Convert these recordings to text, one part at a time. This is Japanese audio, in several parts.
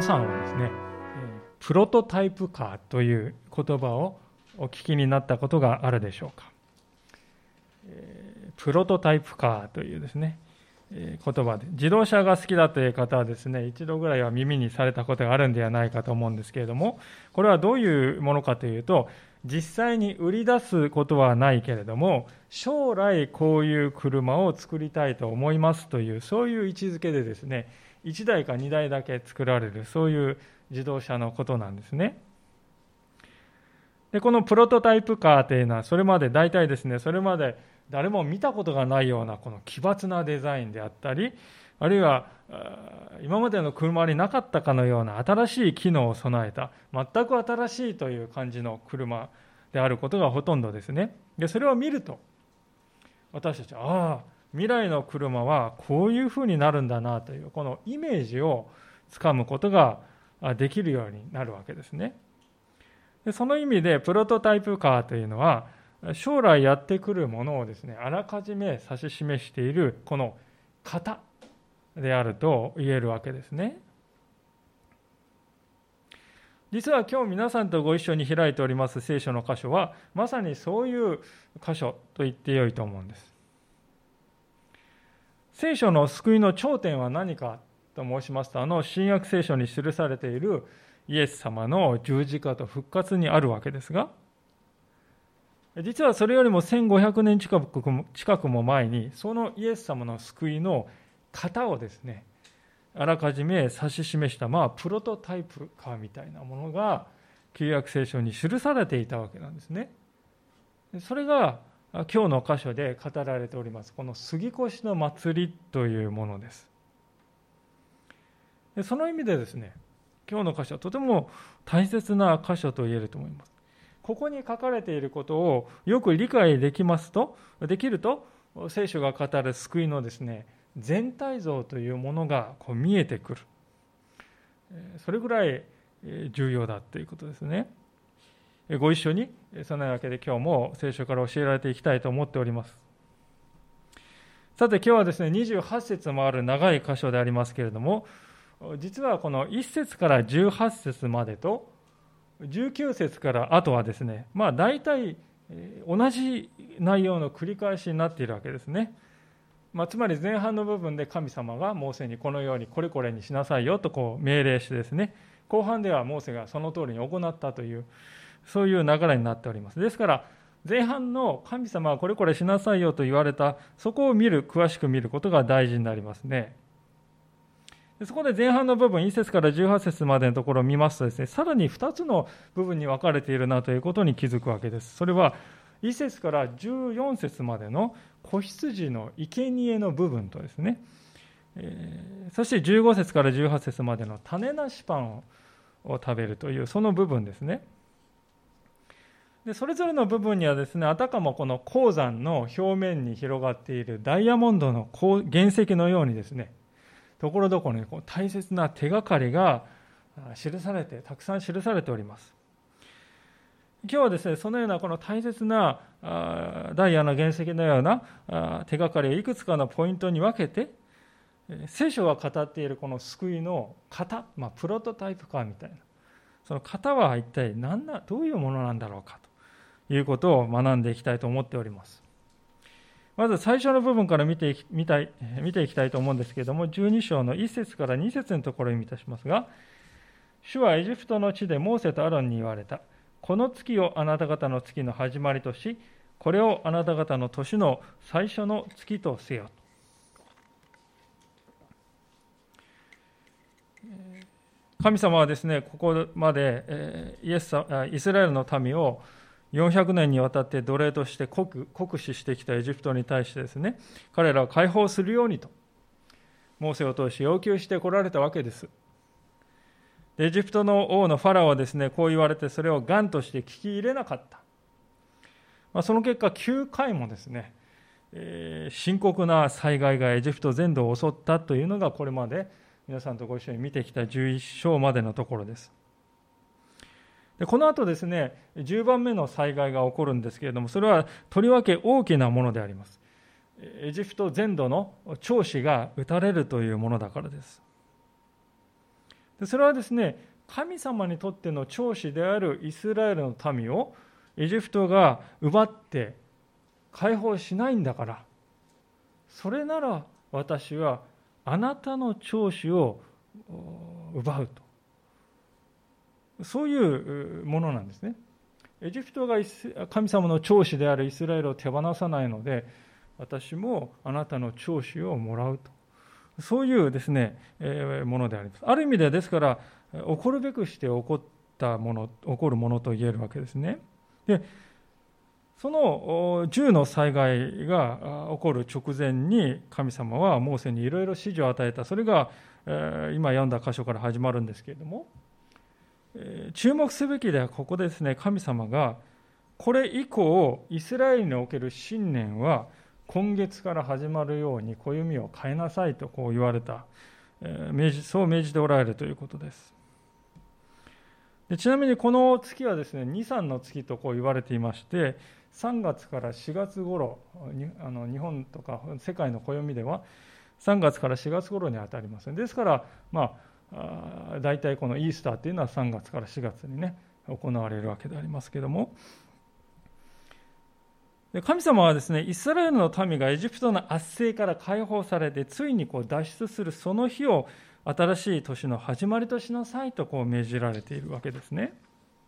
さんはですね、プロトタイプカーという言葉をお聞きになったことがあるでしょうか。プロトタイプカーというですね、言葉で、自動車が好きだという方はですね、一度ぐらいは耳にされたことがあるんではないかと思うんですけれども、これはどういうものかというと、実際に売り出すことはないけれども、将来こういう車を作りたいと思いますという、そういう位置づけでですね、1台か2台だけ作られる、そういう自動車のことなんですね。で、このプロトタイプカーというのは、それまで大体ですね、それまで誰も見たことがないようなこの奇抜なデザインであったり、あるいは今までの車になかったかのような新しい機能を備えた、全く新しいという感じの車であることがほとんどですね。で、それを見ると、私たちは、未来の車はこういうふうになるんだなという、このイメージをつかむことができるようになるわけですね。で、その意味でプロトタイプカーというのは、将来やってくるものをですね、あらかじめ指し示しているこの型であると言えるわけですね。実は今日皆さんとご一緒に開いております聖書の箇所は、まさにそういう箇所と言ってよいと思うんです。聖書の救いの頂点は何かと申しますと、新約聖書に記されているイエス様の十字架と復活にあるわけですが、実はそれよりも1500年近くも前に、そのイエス様の救いの型をですね、あらかじめ指し示した、プロトタイプカーみたいなものが旧約聖書に記されていたわけなんですね。それが今日の箇所で語られております、この杉越の祭りというものです。その意味でですね、今日の箇所はとても大切な箇所と言えると思います。ここに書かれていることをよく理解できると、聖書が語る救いのですね、全体像というものが見えてくる。それぐらい重要だということですね。ご一緒にそのわけで今日も聖書から教えられていきたいと思っております。さて今日はですね、28節もある長い箇所でありますけれども、実はこの1節から18節までと19節からあとはですね、大体同じ内容の繰り返しになっているわけですね。つまり前半の部分で神様がモーセにこのようにこれこれにしなさいよと命令してですね、後半ではモーセがその通りに行ったという、そういう流れになっております。ですから前半の神様はこれこれしなさいよと言われた、そこを詳しく見ることが大事になりますね。そこで前半の部分、1節から18節までのところを見ますとですね、さらに2つの部分に分かれているなということに気づくわけです。それは1節から14節までの子羊の生贄の部分とですね、そして15節から18節までの種なしパンを食べるというその部分ですね。でそれぞれの部分にはですね、あたかもこの鉱山の表面に広がっているダイヤモンドの原石のようにですね、ところどころに大切な手がかりがたくさん記されております。今日はですね、そのようなこの大切なダイヤの原石のような手がかりをいくつかのポイントに分けて、聖書が語っているこの救いの型、プロトタイプ化みたいな、その型は一体どういうものなんだろうかということを学んでいきたいと思っております。まず最初の部分から見ていきたいと思うんですけれども、12章の1節から2節のところを読みいたしますが、主はエジプトの地でモーセとアロンに言われた。この月をあなた方の月の始まりとし、これをあなた方の年の最初の月とせよ。神様はですね、ここまでイスラエルの民を400年にわたって奴隷として酷使してきたエジプトに対してですね、彼らを解放するようにとモーセを通し要求してこられたわけです。エジプトの王のファラオはですね、こう言われてそれを頑として聞き入れなかった。その結果9回もですね、深刻な災害がエジプト全土を襲ったというのがこれまで皆さんとご一緒に見てきた11章までのところです。でこの後ですね、10番目の災害が起こるんですけれども、それはとりわけ大きなものであります。エジプト全土の長子が撃たれるというものだからです。 でそれはですね、神様にとっての長子であるイスラエルの民をエジプトが奪って解放しないんだから、それなら私はあなたの長子を奪うと、そういうものなんですね。エジプトが神様の長子であるイスラエルを手放さないので、私もあなたの長子をもらうと、そういうですね、ものであります。ある意味ではですから、起こるべくして起こるものと言えるわけですね。で、その10の災害が起こる直前に神様はモーセにいろいろ指示を与えた。それが今読んだ箇所から始まるんですけれども、注目すべきではここでですね、神様がこれ以降イスラエルにおける新年は今月から始まるように暦を変えなさいとこう言われた、そう命じておられるということです。でちなみにこの月はですね、2、3の月とこう言われていまして、3月から4月頃、日本とか世界の暦では3月から4月頃に当たります。ですから、大体このイースターというのは3月から4月にね、行われるわけでありますけれども、神様はですね、イスラエルの民がエジプトの圧政から解放されて、ついにこう脱出するその日を新しい年の始まりとしなさいとこう命じられているわけですね。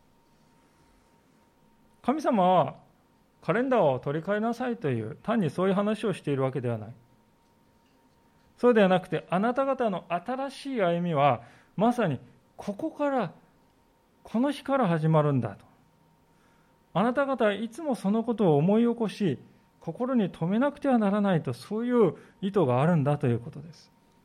神様はカレンダーを取り替えなさいという単にそういう話をしているわけではない。そうではなくて、あなた方の新しい歩みはまさにこの日から始まるんだと。あなた方はいつもそのことを思い起こし、心に留めなくてはならないと、そういう意図があるんだということです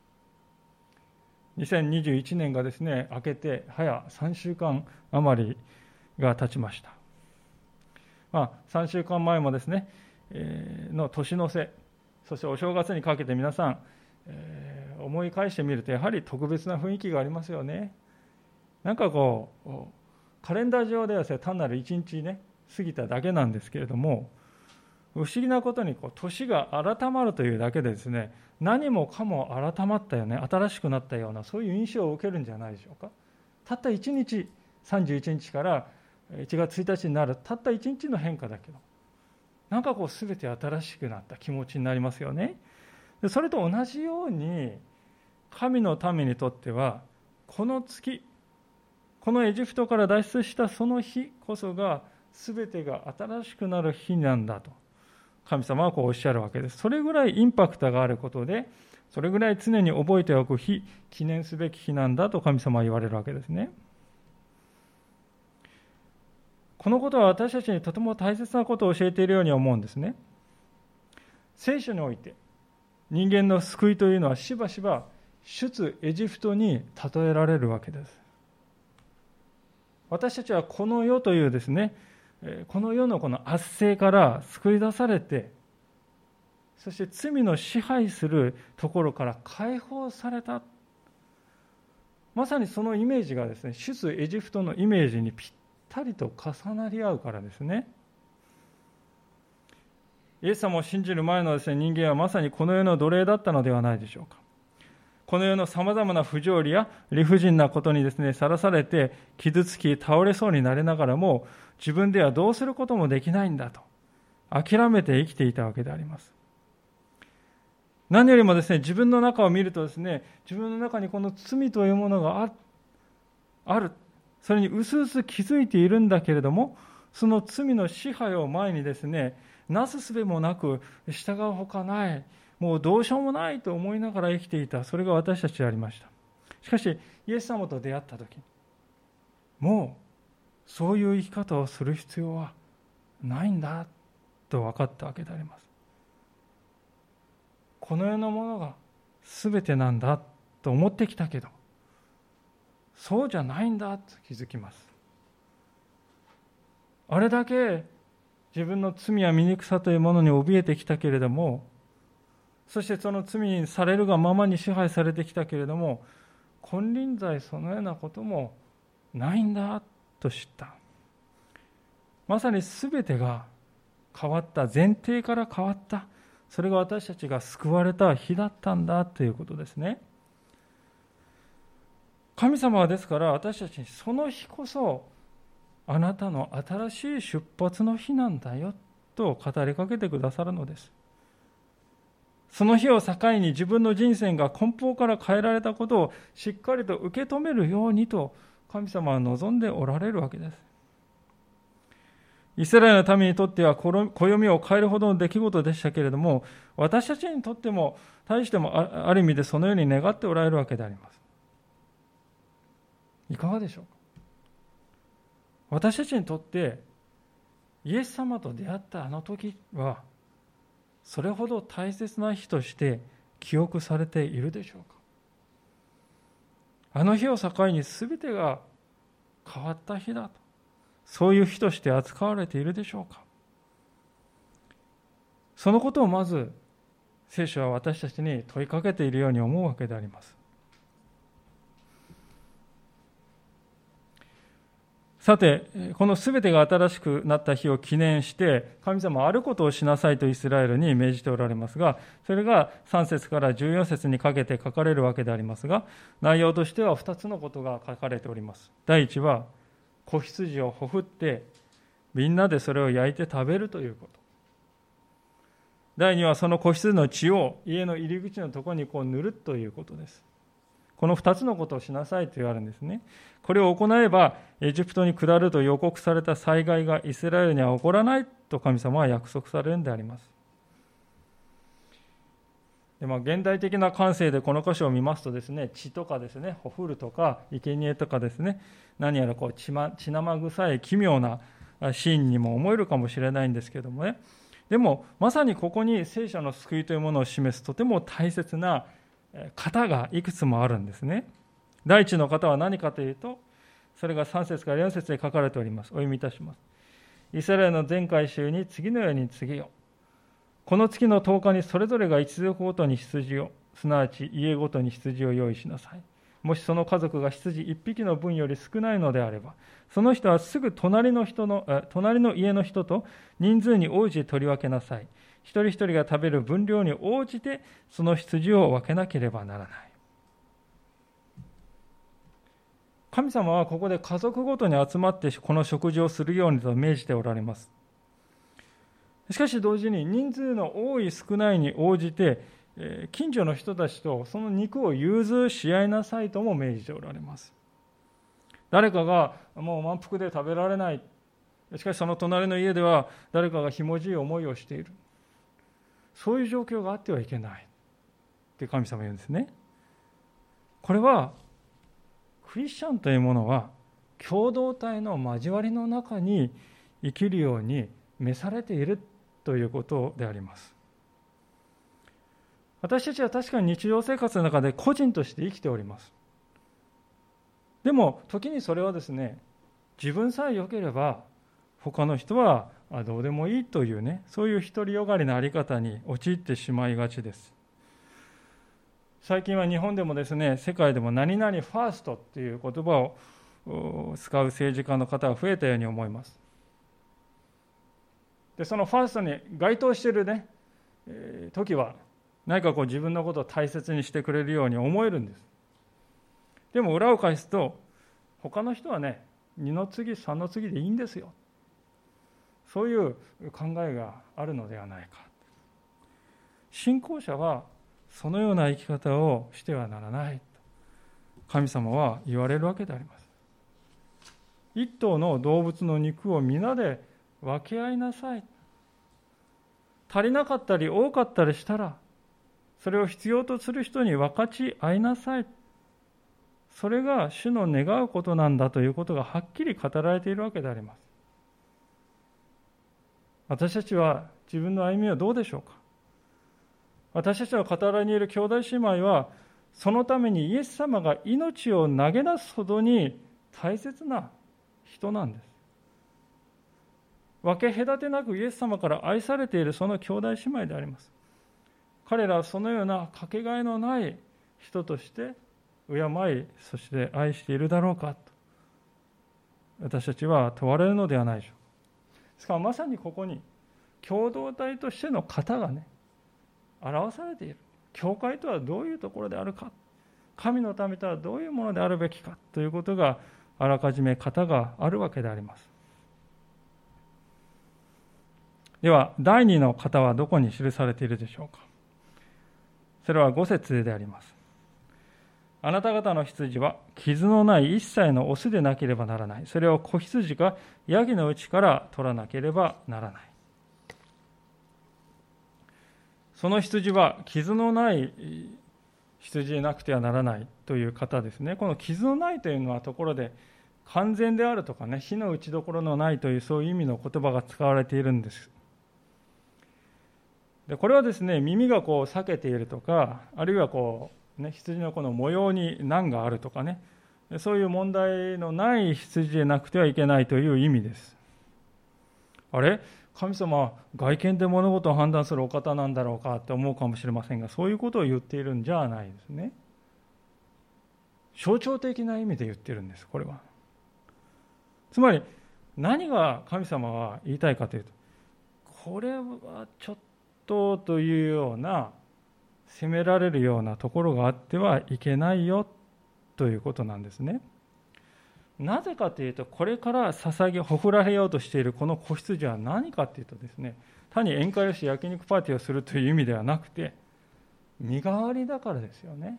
。2021年がですね、明けて早3週間余りが経ちました。3週間前もですね、の年の瀬、そしてお正月にかけて皆さん、思い返してみるとやはり特別な雰囲気がありますよね。なんかこうカレンダー上では単なる一日ね過ぎただけなんですけれども、不思議なことに年が改まるというだけでですね、何もかも改まったよね、新しくなったような、そういう印象を受けるんじゃないでしょうか。たった1日、31日から1月1日になるたった1日の変化だけど、なんか全て新しくなった気持ちになりますよね。それと同じように神の民にとってはこの月、このエジプトから脱出したその日こそが全てが新しくなる日なんだと神様はこうおっしゃるわけです。それぐらいインパクトがあることで、それぐらい常に覚えておく日、記念すべき日なんだと神様は言われるわけですね。このことは私たちにとても大切なことを教えているように思うんですね。聖書において人間の救いというのはしばしば出エジプトに例えられるわけです。私たちはこの世というですね、この世のこの圧政から救い出されて、そして罪の支配するところから解放された。まさにそのイメージがですね、出エジプトのイメージにぴったりと重なり合うからですね。イエス様を信じる前のですね、人間はまさにこの世の奴隷だったのではないでしょうか。この世のさまざまな不条理や理不尽なことにですね、さらされて傷つき倒れそうになりながらも、自分ではどうすることもできないんだと諦めて生きていたわけであります。何よりもですね、自分の中を見るとですね、自分の中にこの罪というものがある。それにうすうす気づいているんだけれども、その罪の支配を前にですね、なすすべもなく従うほかない、もうどうしようもないと思いながら生きていた。それが私たちでありました。しかしイエス様と出会ったとき、もうそういう生き方をする必要はないんだと分かったわけであります。この世のものが全てなんだと思ってきたけど、そうじゃないんだと気づきます。あれだけ自分の罪や醜さというものに怯えてきたけれども、そしてその罪にされるがままに支配されてきたけれども、金輪際そのようなこともないんだと知った。まさに全てが変わった、前提から変わった、それが私たちが救われた日だったんだということですね。 神様はですから私たちにその日こそあなたの新しい出発の日なんだよと語りかけてくださるのです。その日を境に自分の人生が根本から変えられたことをしっかりと受け止めるようにと神様は望んでおられるわけです。イスラエルの民にとっては暦を変えるほどの出来事でしたけれども、私たちにとっても大してもある意味でそのように願っておられるわけであります。いかがでしょうか。私たちにとってイエス様と出会ったあの時はそれほど大切な日として記憶されているでしょうか。あの日を境に全てが変わった日だと、そういう日として扱われているでしょうか。そのことをまず聖書は私たちに問いかけているように思うわけであります。さて、このすべてが新しくなった日を記念して、神様はあることをしなさいとイスラエルに命じておられますが、それが3節から14節にかけて書かれるわけでありますが、内容としては2つのことが書かれております。第一は、子羊をほふって、みんなでそれを焼いて食べるということ。第二は、その子羊の血を家の入り口のところに塗るということです。この2つのことをしなさいと言われるんですね。これを行えば、エジプトに下ると予告された災害がイスラエルには起こらないと神様は約束されるのであります。で現代的な感性でこの箇所を見ますとですね、血とかですね、ほふるとか、生贄とかですね、何やら血生臭い奇妙なシーンにも思えるかもしれないんですけどもね。でも、まさにここに聖書の救いというものを示すとても大切な型がいくつもあるんですね。第一の型は何かというと、それが3節から4節で書かれております。お読みいたします。イスラエルの全会衆に次のように告げよ。この月の10日にそれぞれが一族ごとに羊を、すなわち家ごとに羊を用意しなさい。もしその家族が羊1匹の分より少ないのであれば、その人はすぐ隣の家の人と人数に応じて取り分けなさい。一人一人が食べる分量に応じてその羊を分けなければならない。神様はここで家族ごとに集まってこの食事をするようにと命じておられます。しかし同時に人数の多い少ないに応じて近所の人たちとその肉を融通し合いなさいとも命じておられます。誰かがもう満腹で食べられない、しかしその隣の家では誰かがひもじい思いをしている、そういう状況があってはいけないって神様言うんですね。これはクリスチャンというものは共同体の交わりの中に生きるように召されているということであります。私たちは確かに日常生活の中で個人として生きております。でも時にそれはですね、自分さえ良ければ他の人はどうでもいいというね、そういう独りよがりなあり方に陥ってしまいがちです。最近は日本でもですね、世界でも何々ファーストっていう言葉を使う政治家の方が増えたように思います。でそのファーストに該当しているね、時は何か自分のことを大切にしてくれるように思えるんです。でも裏を返すと、他の人はね、2の次3の次でいいんですよ、そういう考えがあるのではないか。信仰者はそのような生き方をしてはならないと神様は言われるわけであります。一頭の動物の肉を皆で分け合いなさい。足りなかったり多かったりしたら、それを必要とする人に分かち合いなさい。それが主の願うことなんだということがはっきり語られているわけであります。私たちは自分の歩みはどうでしょうか。私たちの傍らにいる兄弟姉妹は、そのためにイエス様が命を投げ出すほどに大切な人なんです。分け隔てなくイエス様から愛されているその兄弟姉妹であります。彼らはそのようなかけがえのない人として敬い、そして愛しているだろうかと私たちは問われるのではないでしょうか。しかもまさにここに共同体としての型がね、表されている。教会とはどういうところであるか、 神の民とはどういうものであるべきかということがあらかじめ型があるわけであります。では、第2の型はどこに記されているでしょうか。それは5節であります。あなた方の羊は傷のない一切のオスでなければならない。それを子羊かヤギのうちから取らなければならない。その羊は傷のない羊でなくてはならないという方ですね。この傷のないというのはところで完全であるとかね、火の打ちどころのないというそういう意味の言葉が使われているんです。でこれはですね、耳がこう裂けているとか、あるいはこう、ね、羊のこの模様に難があるとかね、そういう問題のない羊でなくてはいけないという意味です。あれ、神様は外見で物事を判断するお方なんだろうかって思うかもしれませんが、そういうことを言っているんじゃないですね。象徴的な意味で言ってるんです、これは。つまり何が神様は言いたいかというと、これはちょっとというような責められるようなところがあってはいけないよということなんですね。なぜかというと、これからほふられようとしているこの子羊は何かというとですね、単に宴会をし焼肉パーティーをするという意味ではなくて、身代わりだからですよね。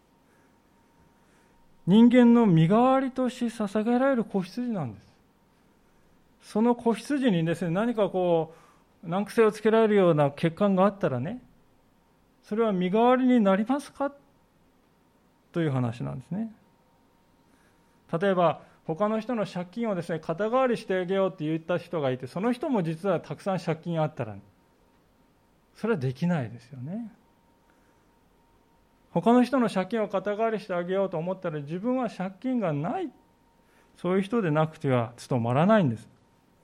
人間の身代わりとして捧げられる子羊なんです。その子羊にですね、何かこう難癖をつけられるような欠陥があったらね、それは身代わりになりますかという話なんですね。例えば他の人の借金をですね、肩代わりしてあげようって言った人がいて、その人も実はたくさん借金があったら、それはできないですよね。他の人の借金を肩代わりしてあげようと思ったら、自分は借金がない、そういう人でなくては務まらないんです。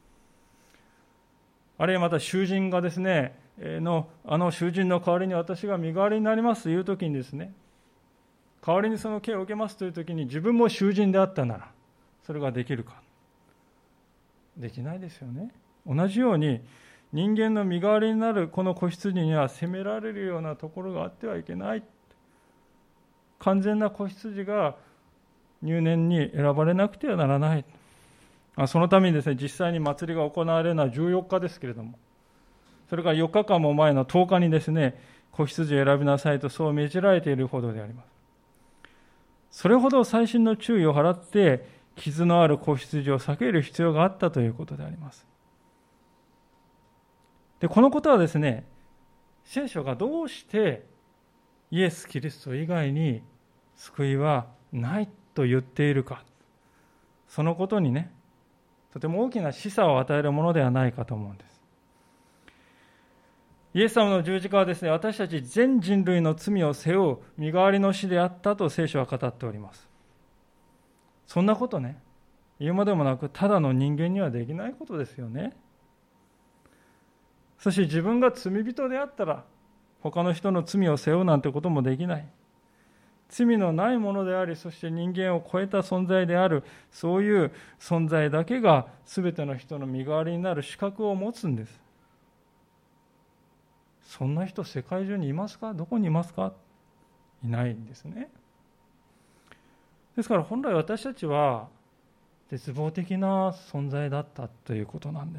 あるいはまた囚人がですね、あの囚人の代わりに私が身代わりになりますという時にですね、代わりにその刑を受けますという時に、自分も囚人であったならそれができるか。できないですよね。同じように人間の身代わりになるこの子羊には責められるようなところがあってはいけない。完全な子羊が入念に選ばれなくてはならない。そのためにですね、実際に祭りが行われるのは14日ですけれども、それから4日間も前の10日にですね、子羊を選びなさいとそう命じられているほどであります。それほど細心の注意を払って傷のある子羊を避ける必要があったということであります。で、このことはですね、聖書がどうしてイエス・キリスト以外に救いはないと言っているか、そのことにね、とても大きな示唆を与えるものではないかと思うんです。イエス様の十字架はですね、私たち全人類の罪を背負う身代わりの死であったと聖書は語っております。そんなことね、言うまでもなくただの人間にはできないことですよね。そして自分が罪人であったら他の人の罪を背負うなんてこともできない。罪のないものであり、そして人間を超えた存在である、そういう存在だけが全ての人の身代わりになる資格を持つんです。そんな人世界中にいますか？どこにいますか？いないんですね。ですから本来私たちは絶望的な存在だったということなんです。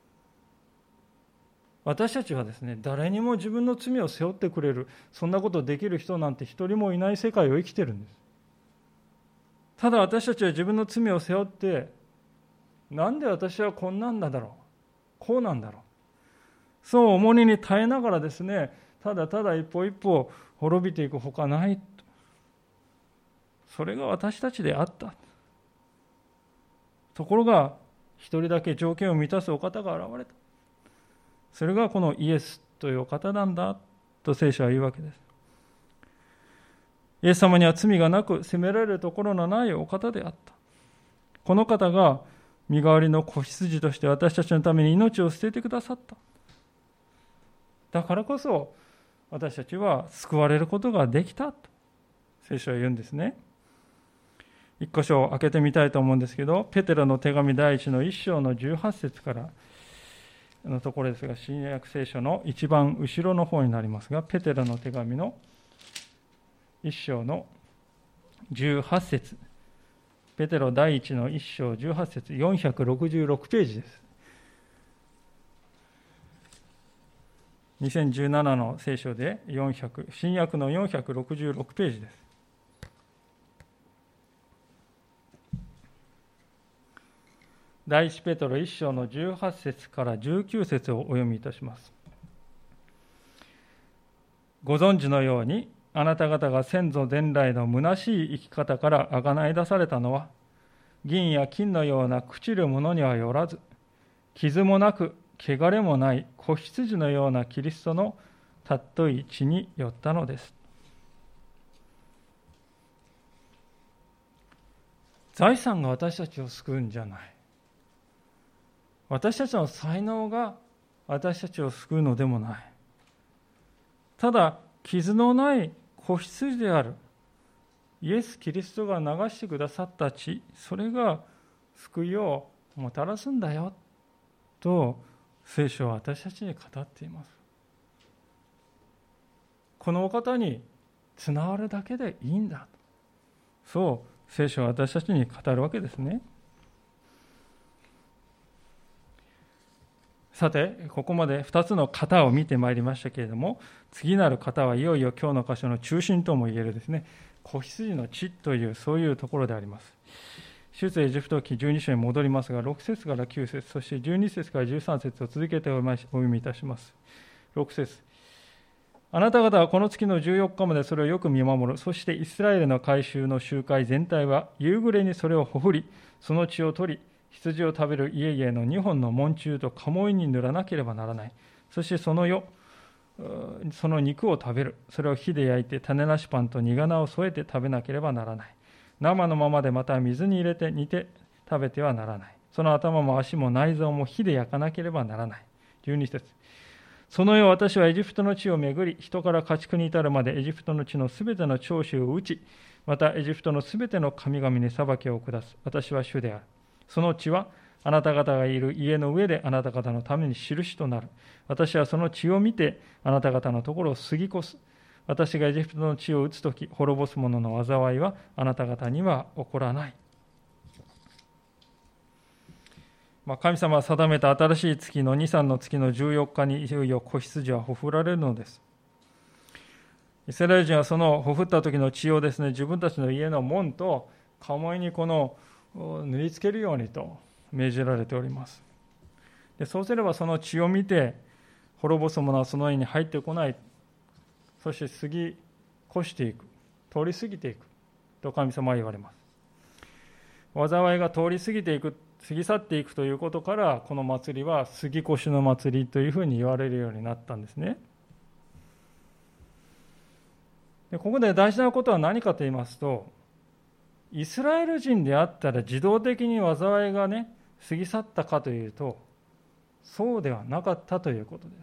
私たちはですね、誰にも自分の罪を背負ってくれる、そんなことできる人なんて一人もいない世界を生きてるんです。ただ私たちは自分の罪を背負って、なんで私はこんなんだろう、こうなんだろう、そう重荷に耐えながらですね、ただただ一歩一歩滅びていくほかない。それが私たちであった。ところが一人だけ条件を満たすお方が現れた。それがこのイエスというお方なんだと聖書は言うわけです。イエス様には罪がなく責められるところのないお方であった。この方が身代わりの子羊として私たちのために命を捨ててくださった。だからこそ私たちは救われることができたと聖書は言うんですね。一箇所開けてみたいと思うんですけど、ペテロの手紙第1の1章の18節からのところですが、新約聖書の一番後ろの方になりますが、ペテロの手紙の1章の 18節、ペテロ第1の1章18節、466ページです。2017の聖書で新約の466ページです。第1ペテロ1章の18節から19節をお読みいたします。ご存知のように、あなた方が先祖伝来の虚しい生き方からあがない出されたのは、銀や金のような朽ちるものにはよらず、傷もなく汚れもない子羊のようなキリストの尊い血によったのです。財産が私たちを救うんじゃない。私たちの才能が私たちを救うのでもない。ただ、傷のない子羊であるイエス・キリストが流してくださった血、それが救いをもたらすんだよと聖書は私たちに語っています。このお方につながるだけでいいんだ、そう聖書は私たちに語るわけですね。さて、ここまで2つの型を見てまいりましたけれども、次なる型はいよいよ今日の箇所の中心ともいえるですね、子羊の血というそういうところであります。出エジプト記12章に戻りますが、6節から9節、そして12節から13節を続けてお読みいたします。6節、あなた方はこの月の14日までそれをよく見守る。そしてイスラエルの改宗の集会全体は夕暮れにそれをほふり、その血を取り、羊を食べる家々の2本の門柱と鴨居に塗らなければならない。そしてその肉を食べる。それを火で焼いて種なしパンと煮仮名を添えて食べなければならない。生のままでまた水に入れて煮て食べてはならない。その頭も足も内臓も火で焼かなければならない。12節、その夜私はエジプトの地を巡り、人から家畜に至るまでエジプトの地のすべての長州を打ち、またエジプトのすべての神々に裁きを下す。私は主である。その血はあなた方がいる家の上であなた方のために印となる。私はその血を見てあなた方のところを過ぎ越す。私がエジプトの地を打つとき、滅ぼす者の災いはあなた方には起こらない。神様は定めた新しい月のニサンの月の14日にいよいよ子羊はほふられるのです。イスラエル人はそのほふった時の血をですね、自分たちの家の門と鴨居に塗りつけるようにと命じられております。でそうすればその血を見て滅ぼす者はその家に入ってこない、そして過ぎ越していく、通り過ぎていくと神様は言われます。災いが通り過ぎていく、過ぎ去っていくということから、この祭りは過ぎ越しの祭りというふうに言われるようになったんですね。でここで大事なことは何かと言いますと、イスラエル人であったら自動的に災いが過ぎ去ったかというと、そうではなかったということです。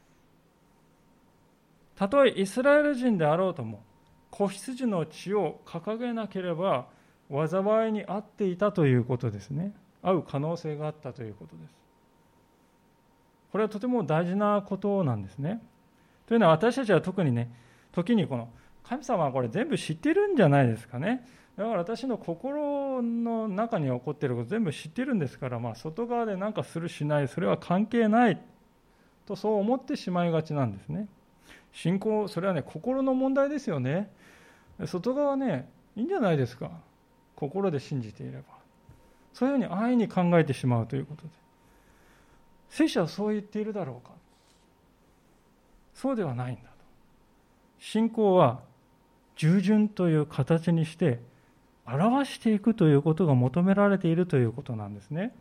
たとえイスラエル人であろうとも、子羊の血を掲げなければ災いに遭っていたということですね。遭う可能性があったということです。これはとても大事なことなんですね。というのは、私たちは特に時に神様はこれ全部知ってるんじゃないですかね。だから私の心の中に起こっていること全部知ってるんですから、外側で何かするしない、それは関係ないとそう思ってしまいがちなんですね。信仰、それは心の問題ですよね。外側いいんじゃないですか。心で信じていれば。そういうふうに安易に考えてしまうということで。聖書はそう言っているだろうか。そうではないんだと。信仰は従順という形にして表していくということが求められているということなんですね。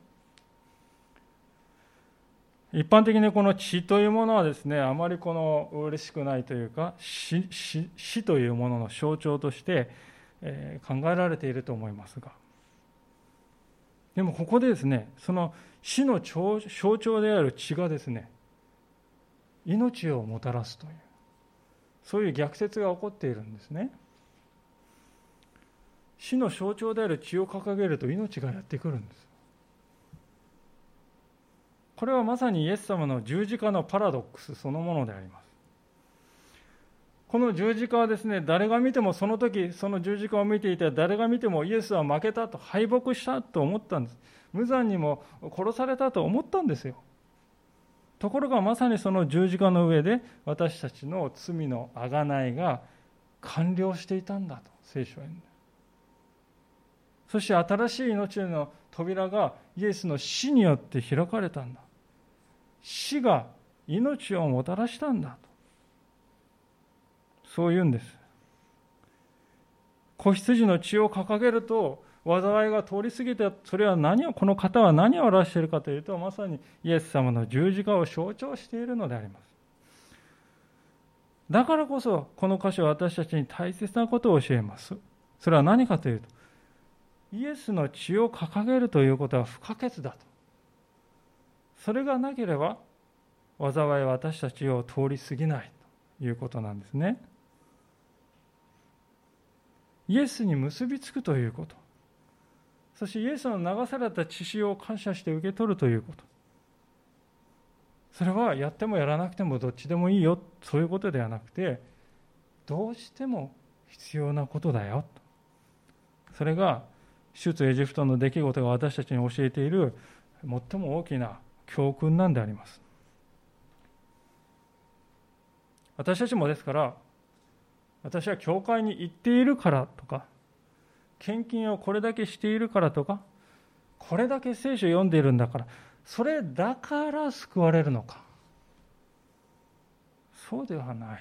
一般的にこの血というものはですね、あまり嬉しくないというか、死というものの象徴として考えられていると思いますが、でもここでですね、その死の象徴である血がですね、命をもたらすという、そういう逆説が起こっているんですね。死の象徴である血を掲げると命がやってくるんです。これはまさにイエス様の十字架のパラドックスそのものであります。 この十字架はですね、誰が見てもその時、その十字架を見ていて、誰が見てもイエスは負けたと、敗北したと思ったんです。無残にも殺されたと思ったんですよ。ところがまさにその十字架の上で私たちの罪の贖いが完了していたんだと聖書は言うんです。そして新しい命への扉がイエスの死によって開かれたんだ。死が命をもたらしたんだと。そう言うんです。子羊の血を掲げると災いが通り過ぎて、それはこの方は何を表しているかというと、まさにイエス様の十字架を象徴しているのであります。だからこそこの箇所は私たちに大切なことを教えます。それは何かというと、イエスの血を掲げるということは不可欠だと。それがなければ災いは私たちを通り過ぎないということなんですね。イエスに結びつくということ、そしてイエスの流された血潮を感謝して受け取るということ、それはやってもやらなくてもどっちでもいいよ、そういうことではなくて、どうしても必要なことだよ。それが出エジプトの出来事が私たちに教えている最も大きな教訓なんであります。私たちもですから、私は教会に行っているからとか、献金をこれだけしているからとか、これだけ聖書を読んでいるんだから、それだから救われるのか。そうではない。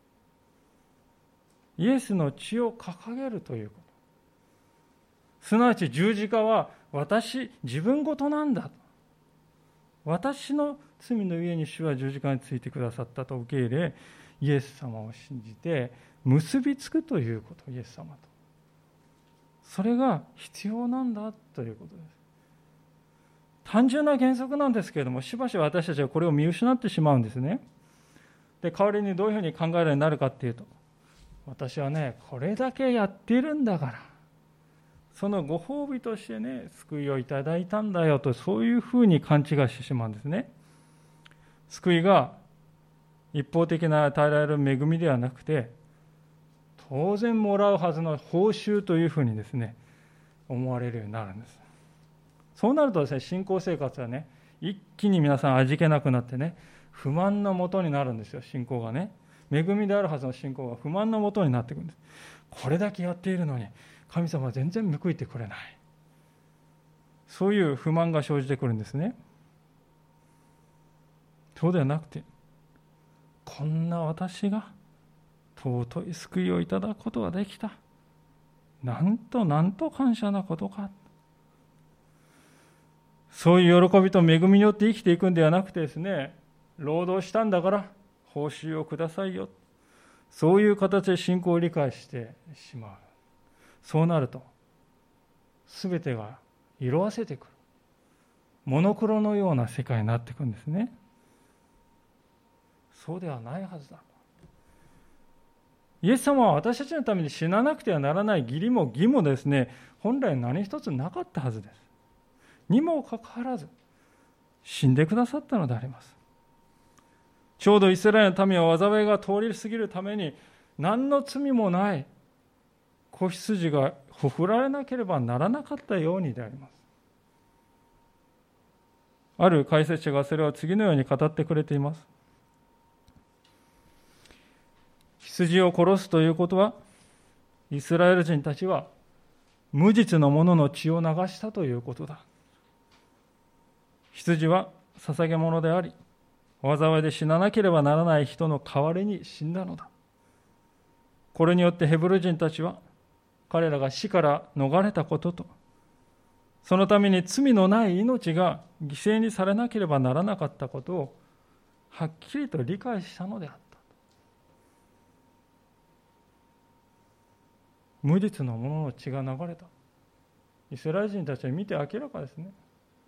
イエスの血を掲げるということ。すなわち十字架は自分ごとなんだ。私の罪の上に主は十字架についてくださったと受け入れ、イエス様を信じて結びつくということ、イエス様と。それが必要なんだということです。単純な原則なんですけれども、しばしば私たちはこれを見失ってしまうんですね。で、代わりにどういうふうに考えるようになるかっていうと、私はね、これだけやっているんだから、そのご褒美としてね、救いをいただいたんだよと、そういうふうに勘違いしてしまうんですね。救いが一方的な与えられる恵みではなくて、当然もらうはずの報酬というふうにですね、思われるようになるんです。そうなるとですね、信仰生活はね、一気に皆さん味気なくなってね、不満のもとになるんですよ、信仰がね。恵みであるはずの信仰が不満のもとになってくるんです。これだけやっているのに、神様は全然報いてくれない。そういう不満が生じてくるんですね。そうではなくて、こんな私が尊い救いをいただくことができた。なんと感謝なことか。そういう喜びと恵みによって生きていくんではなくてですね、労働したんだから報酬をくださいよ。そういう形で信仰を理解してしまう。そうなると、すべてが色あせてくる。モノクロのような世界になっていくんですね。そうではないはずだ。イエス様は私たちのために死ななくてはならない義理も義もですね、本来何一つなかったはずです。にもかかわらず、死んでくださったのであります。ちょうどイスラエルの民は災いが通り過ぎるために、何の罪もない子羊がほふられなければならなかったようにであります。ある解説者がそれを次のように語ってくれています。羊を殺すということは、イスラエル人たちは無実の者の血を流したということだ。羊は捧げ物であり、災いで死ななければならない人の代わりに死んだのだ。これによってヘブル人たちは彼らが死から逃れたことと、そのために罪のない命が犠牲にされなければならなかったことをはっきりと理解したのであった。無実の者の血が流れた。イスラエル人たちは見て明らかですね。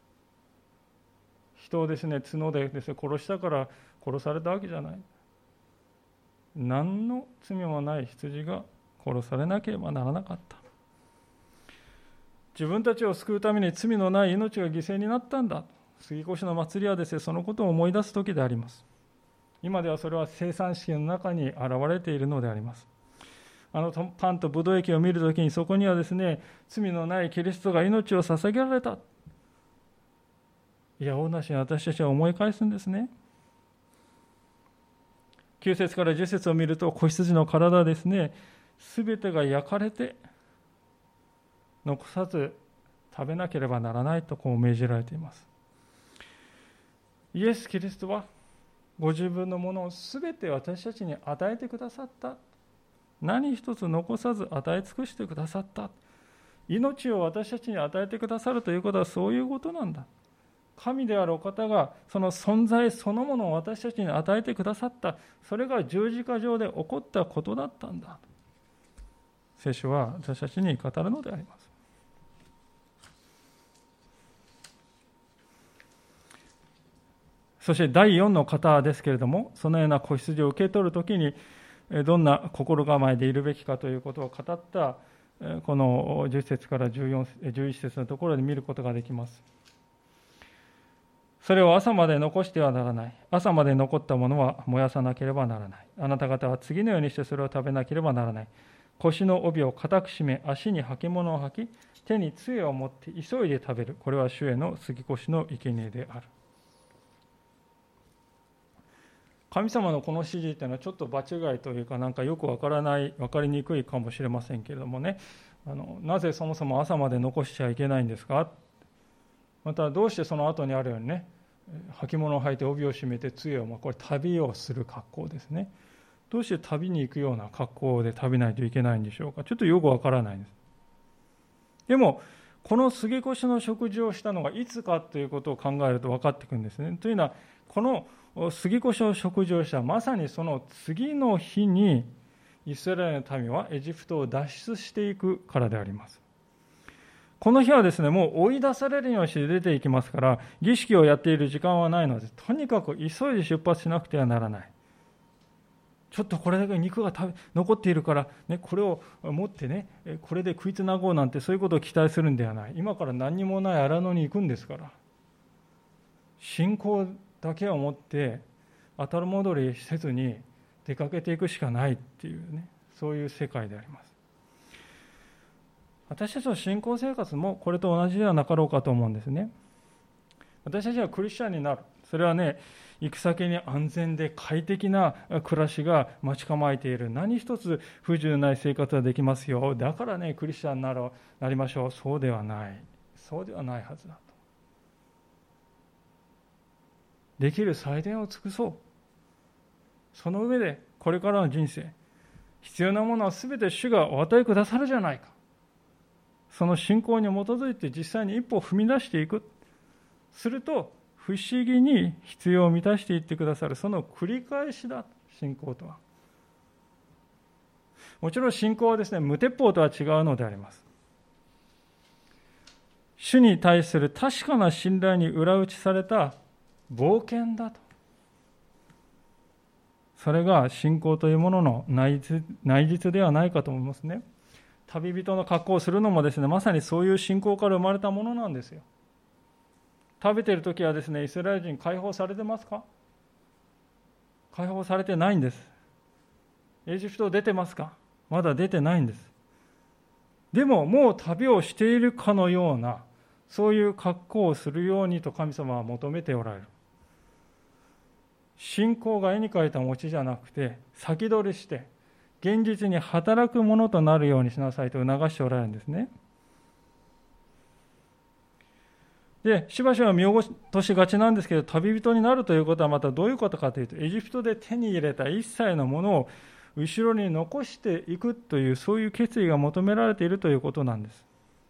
人をですね、角でですね、殺したから殺されたわけじゃない。何の罪もない羊が殺されなければならなかった。自分たちを救うために罪のない命が犠牲になったんだ。杉越の祭りはですね、そのことを思い出す時であります。 今ではそれは生産式の中に現れているのであります。パンとブドウ液を見るときに、そこにはですね、罪のないキリストが命を捧げられた。いやおうなしに私たちは思い返すんですね。9節から10節を見ると、子羊の体ですね、すべてが焼かれて残さず食べなければならないとこう命じられています。イエス・キリストはご自分のものをすべて私たちに与えてくださった。何一つ残さず与え尽くしてくださった。命を私たちに与えてくださるということはそういうことなんだ。神であるお方がその存在そのものを私たちに与えてくださった。それが十字架上で起こったことだったんだ。聖書は私たちに語るのであります。そして第4の方ですけれども、そのような子羊を受け取るときにどんな心構えでいるべきかということを語ったこの10節から11節のところで見ることができます。それを朝まで残してはならない。朝まで残ったものは燃やさなければならない。あなた方は次のようにしてそれを食べなければならない。腰の帯を固く締め、足に履物を履き、手に杖を持って急いで食べる。これは主への杉越の生贄である。神様のこの指示というのはちょっと場違いというか、なんかよくわからない、わかりにくいかもしれませんけれどもね、なぜそもそも朝まで残しちゃいけないんですか。またどうしてその後にあるようにね、履物を履いて帯を締めて杖を巻く、これ旅をする格好ですね。どうして旅に行くような格好で食べないといけないんでしょうか。ちょっとよくわからないんです。でもこの杉越の食事をしたのがいつかということを考えると分かってくるんですね。というのは、この杉越の食事をしたまさにその次の日にイスラエルの民はエジプトを脱出していくからであります。この日はですね、もう追い出されるようにして出ていきますから、儀式をやっている時間はないので、とにかく急いで出発しなくてはならない。ちょっとこれだけ肉が残っているから、ね、これを持ってね、これで食いつなごうなんてそういうことを期待するんではない。今から何にもない荒野に行くんですから、信仰だけを持って後戻りせずに出かけていくしかないっていうね、そういう世界であります。私たちの信仰生活もこれと同じではなかろうかと思うんですね。私たちはクリスチャンになる。それはね、行く先に安全で快適な暮らしが待ち構えている。何一つ不自由ない生活ができますよ。だからね、クリスチャンになりましょう。そうではない。そうではないはずだと。できる最善を尽くそう。その上でこれからの人生、必要なものは全て主がお与えくださるじゃないか。その信仰に基づいて実際に一歩を踏み出していく。すると不思議に必要を満たしていってくださる、その繰り返しだ、信仰とは。もちろん信仰はですね、無鉄砲とは違うのであります。主に対する確かな信頼に裏打ちされた冒険だと。それが信仰というものの内実ではないかと思いますね。旅人の格好をするのもですね、まさにそういう信仰から生まれたものなんですよ。食べているときはですね、イスラエル人解放されてますか？解放されてないんです。エジプト出てますか？まだ出てないんです。でももう旅をしているかのような、そういう格好をするようにと神様は求めておられる。信仰が絵に描いた餅じゃなくて、先取りして現実に働くものとなるようにしなさいと促しておられるんですね。で、しばしば見落としがちなんですけど、旅人になるということはまたどういうことかというと、エジプトで手に入れた一切のものを後ろに残していくという、そういう決意が求められているということなんです。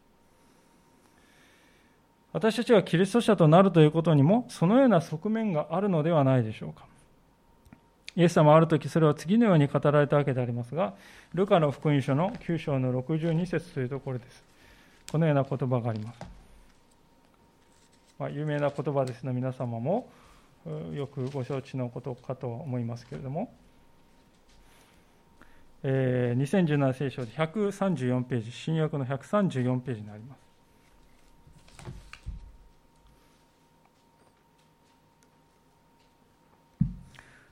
私たちがキリスト者となるということにも、そのような側面があるのではないでしょうか。イエス様はあるときそれは次のように語られたわけでありますが、ルカの福音書の9章の62節というところです。このような言葉があります。有名な言葉ですので皆様もよくご承知のことかと思いますけれども、2017聖書で134ページ、新約の134ページになります。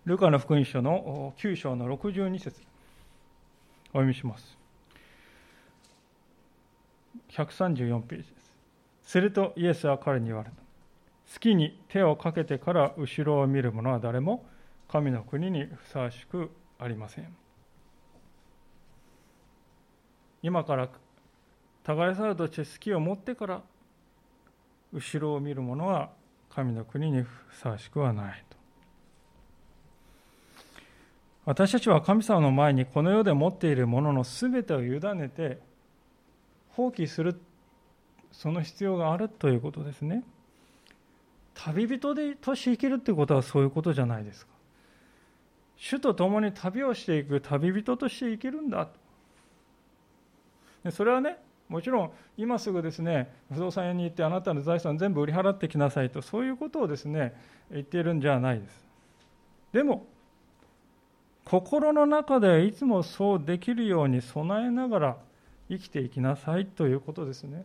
ルカの福音書の9章の62節お読みします。134ページです。するとイエスは彼に言われた。月に手をかけてから後ろを見る者は誰も神の国にふさわしくありません。今から耕されとして月を持ってから後ろを見る者は神の国にふさわしくはないと。私たちは神様の前にこの世で持っているもののすべてを委ねて放棄する、その必要があるということですね。旅人として生きるということはそういうことじゃないですか。主と共に旅をしていく旅人として生きるんだ。それはね、もちろん今すぐですね、不動産屋に行ってあなたの財産全部売り払ってきなさいと、そういうことをですね、言っているんじゃないです。でも、心の中ではいつもそうできるように備えながら生きていきなさいということですね。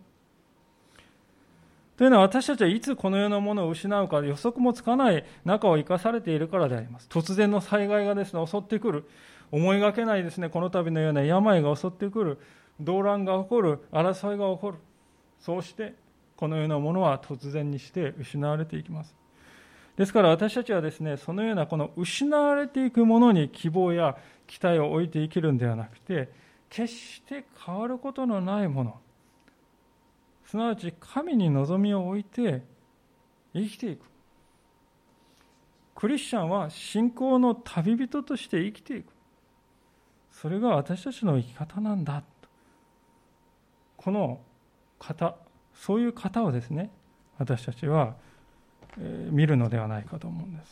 というのは私たちはいつこの世のものを失うか予測もつかない中を生かされているからであります。突然の災害がですね、襲ってくる。思いがけないですね、この度のような病が襲ってくる。動乱が起こる。争いが起こる。そうしてこの世のものは突然にして失われていきます。ですから私たちはですね、そのようなこの失われていくものに希望や期待を置いて生きるんではなくて、決して変わることのないもの、すなわち神に望みを置いて生きていく。クリスチャンは信仰の旅人として生きていく。それが私たちの生き方なんだ。この方、そういう方をですね、私たちは見るのではないかと思うんです。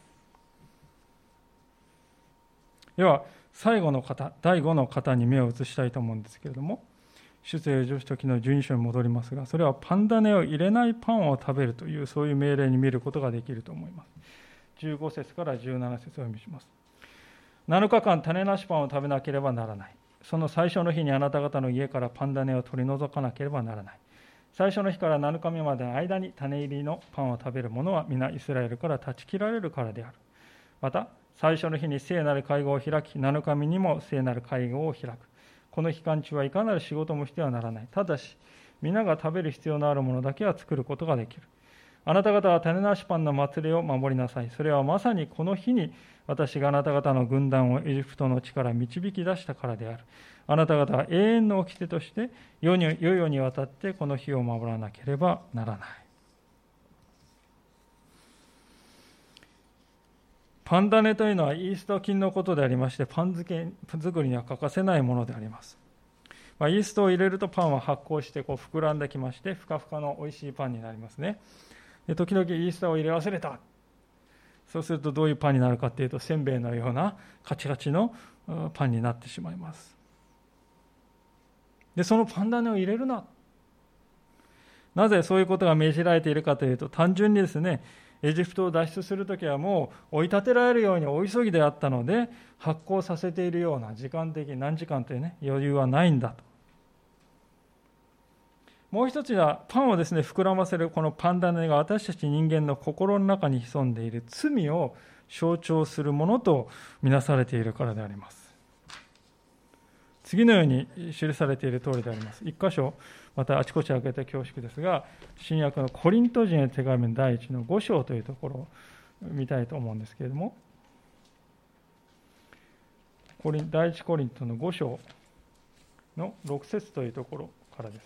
では最後の方、第5の方に目を移したいと思うんですけれども、出エジプト記の12章に戻りますが、それはパン種を入れないパンを食べるという、そういう命令に見ることができると思います。15節から17節をお読みします。7日間種なしパンを食べなければならない。その最初の日にあなた方の家からパン種を取り除かなければならない。最初の日から7日目までの間に種入りのパンを食べる者は皆イスラエルから断ち切られるからである。また最初の日に聖なる会合を開き、7日目にも聖なる会合を開く。この期間中はいかなる仕事もしてはならない。ただし皆が食べる必要のあるものだけは作ることができる。あなた方は種なしパンの祭りを守りなさい。それはまさにこの日に私があなた方の軍団をエジプトの地から導き出したからである。あなた方は永遠の掟として世々にわたってこの日を守らなければならない。パン種というのはイースト菌のことでありまして、パン作りには欠かせないものであります。イーストを入れるとパンは発酵して膨らんできまして、ふかふかのおいしいパンになりますね。で時々イーストを入れ忘れた。そうするとどういうパンになるかというと、せんべいのようなカチカチのパンになってしまいます。でそのパン種を入れるな。なぜそういうことが命じられているかというと、単純にですね、エジプトを脱出するときはもう追い立てられるように大急ぎであったので、発酵させているような時間的何時間というね、余裕はないんだと。もう一つはパンをですね、膨らませるこのパン種が私たち人間の心の中に潜んでいる罪を象徴するものとみなされているからであります。次のように記されている通りであります。一箇所、またあちこち開けて恐縮ですが、新約のコリント人への手紙の第1の5章というところを見たいと思うんですけれども、第1コリントの5章の6節というところからです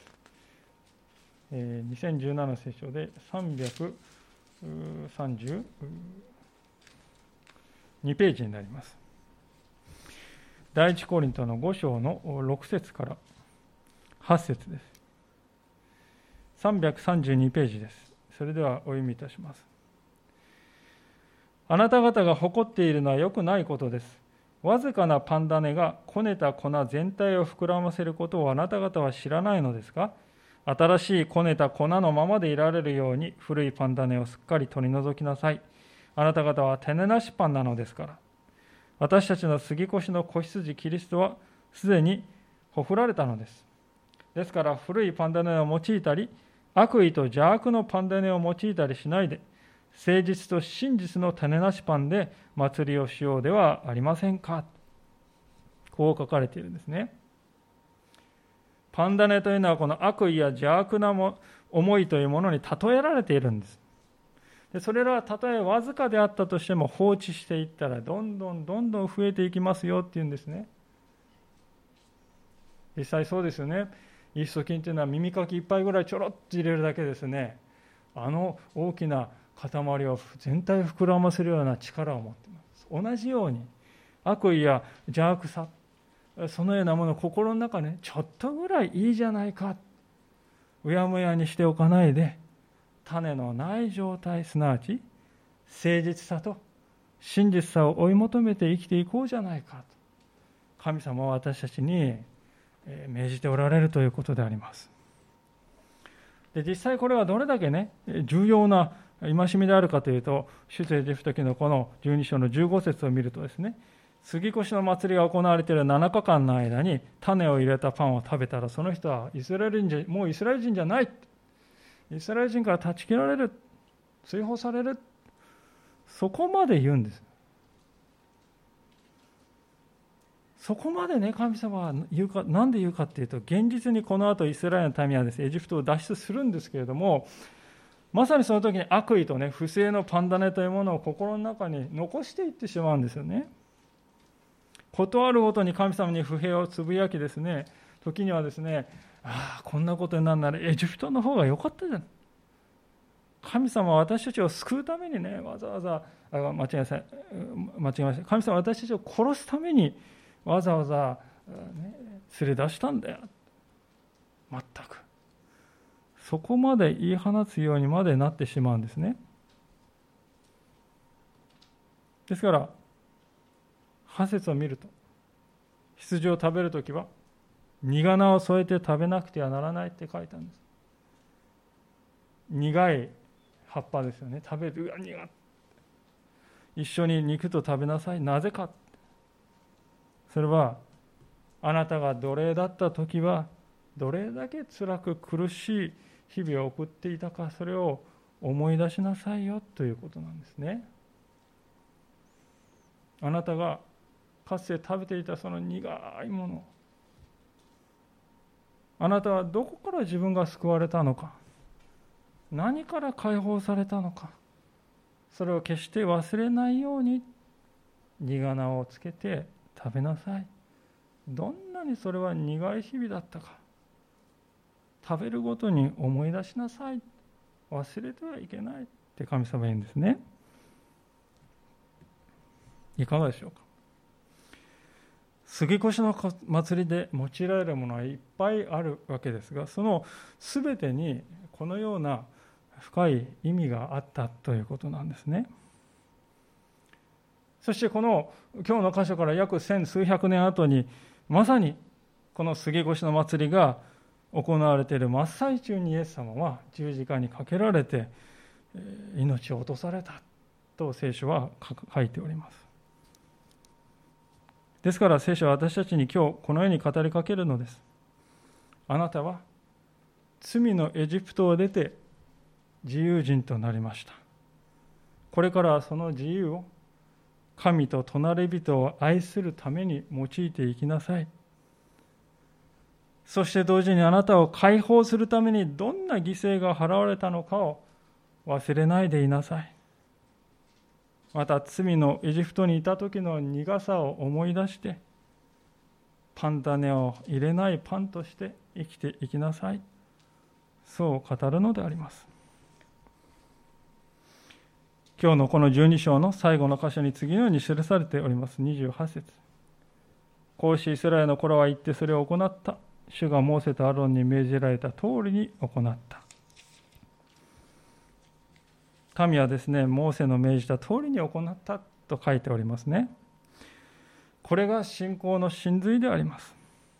。2017聖書で332ページになります。第一コリントの5章の6節から8節です。332ページです。それではお読みいたします。あなた方が誇っているのは良くないことです。わずかなパン種がこねた粉全体を膨らませることをあなた方は知らないのですか？新しいこねた粉のままでいられるように古いパン種をすっかり取り除きなさい。あなた方は種なしパンなのですから。私たちの杉越の子羊キリストはすでにほふられたのです。ですから古いパン種を用いたり、悪意と邪悪のパン種を用いたりしないで、 誠実と真実の種なしパンで祭りをしようではありませんか。こう書かれているんですね。パン種というのはこの悪意や邪悪な思いというものに例えられているんです。でそれらはたとえわずかであったとしても放置していったらどんどん増えていきますよっていうんですね。実際そうですよね。イースト菌というのは耳かき一杯ぐらいちょろっと入れるだけですね、大きな塊を全体を膨らませるような力を持っています。同じように悪意や邪悪さ、そのようなものを心の中ね、ちょっとぐらいいいじゃないか、うやむやにしておかないで、種のない状態、すなわち誠実さと真実さを追い求めて生きていこうじゃないかと、神様は私たちに命じておられるということであります。で実際これはどれだけね、重要な戒めであるかというと、出エジプト記のこの12章の15節を見るとですね、杉越の祭りが行われている7日間の間に種を入れたパンを食べたら、その人はもうイスラエル人じゃない、イスラエル人から断ち切られる、追放される、そこまで言うんです。そこまでね、神様はなんで言うかっていうと、現実にこの後イスラエルの民はですね、エジプトを脱出するんですけれども、まさにその時に悪意とね、不正のパン種というものを心の中に残していってしまうんですよね。ことあるごとに神様に不平をつぶやきですね、時にはですね、こんなことになるならエジプトの方が良かったじゃん。神様は私たちを救うためにね、わざわざ、間違えました。神様は私たちを殺すためにわざわざ、連れ出したんだよ。全く。そこまで言い放つようにまでなってしまうんですね。ですから、8節を見ると、羊を食べるときは、苦菜を添えて食べなくてはならないって書いてあるんです。苦い葉っぱですよね。食べる、苦っ。一緒に肉と食べなさい。なぜか。それは、あなたが奴隷だったときは、どれだけ辛く苦しい日々を送っていたか、それを思い出しなさいよということなんですね。あなたがかつて食べていたその苦いもの、あなたはどこから自分が救われたのか、何から解放されたのか、それを決して忘れないように苦菜をつけて食べなさい。どんなにそれは苦い日々だったか、食べるごとに思い出しなさい。忘れてはいけないって神様は言うんですね。いかがでしょうか。杉越の祭りで用いられるものはいっぱいあるわけですが、そのすべてにこのような深い意味があったということなんですね。そしてこの今日の箇所から約千数百年後に、まさにこの杉越の祭りが行われている真っ最中にイエス様は十字架にかけられて命を落とされたと聖書は書いております。ですから聖書は私たちに今日このように語りかけるのです。あなたは罪のエジプトを出て自由人となりました。これからはその自由を神と隣人を愛するために用いていきなさい。そして同時にあなたを解放するためにどんな犠牲が払われたのかを忘れないでいなさい。また罪のエジプトにいた時の苦さを思い出して、パン種を入れないパンとして生きていきなさい。そう語るのであります。今日のこの12章の最後の箇所に次のように記されております。28節。こうしイスラエルの子らは言ってそれを行った。主がモーセとアロンに命じられた通りに行った。神はですね、モーセの命じた通りに行ったと書いておりますね。これが信仰の真髄であります。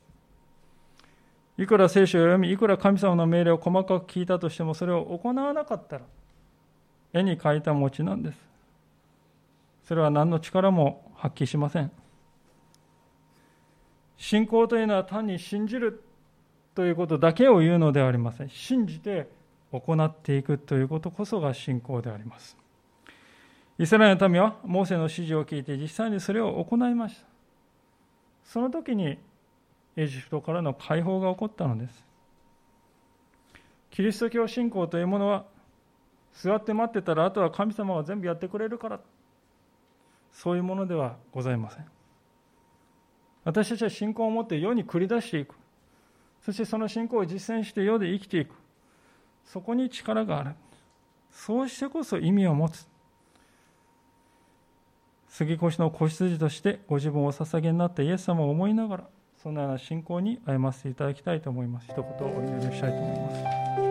いくら聖書を読み、いくら神様の命令を細かく聞いたとしても、それを行わなかったら、絵に描いた餅なんです。それは何の力も発揮しません。信仰というのは単に信じるということだけを言うのではありません。信じて行っていくということこそが信仰であります。 イスラエルの民はモーセの指示を聞いて実際にそれを行いました。その時にエジプトからの解放が起こったのです。キリスト教信仰というものは、座って待ってたらあとは神様が全部やってくれるから、そういうものではございません。私たちは信仰を持って世に繰り出していく。そしてその信仰を実践して世で生きていく。そこに力がある。そうしてこそ意味を持つ。杉越の子羊としてご自分をお捧げになったイエス様を思いながら、そのような信仰に歩ませていただきたいと思います。一言お祈りをしたいと思います。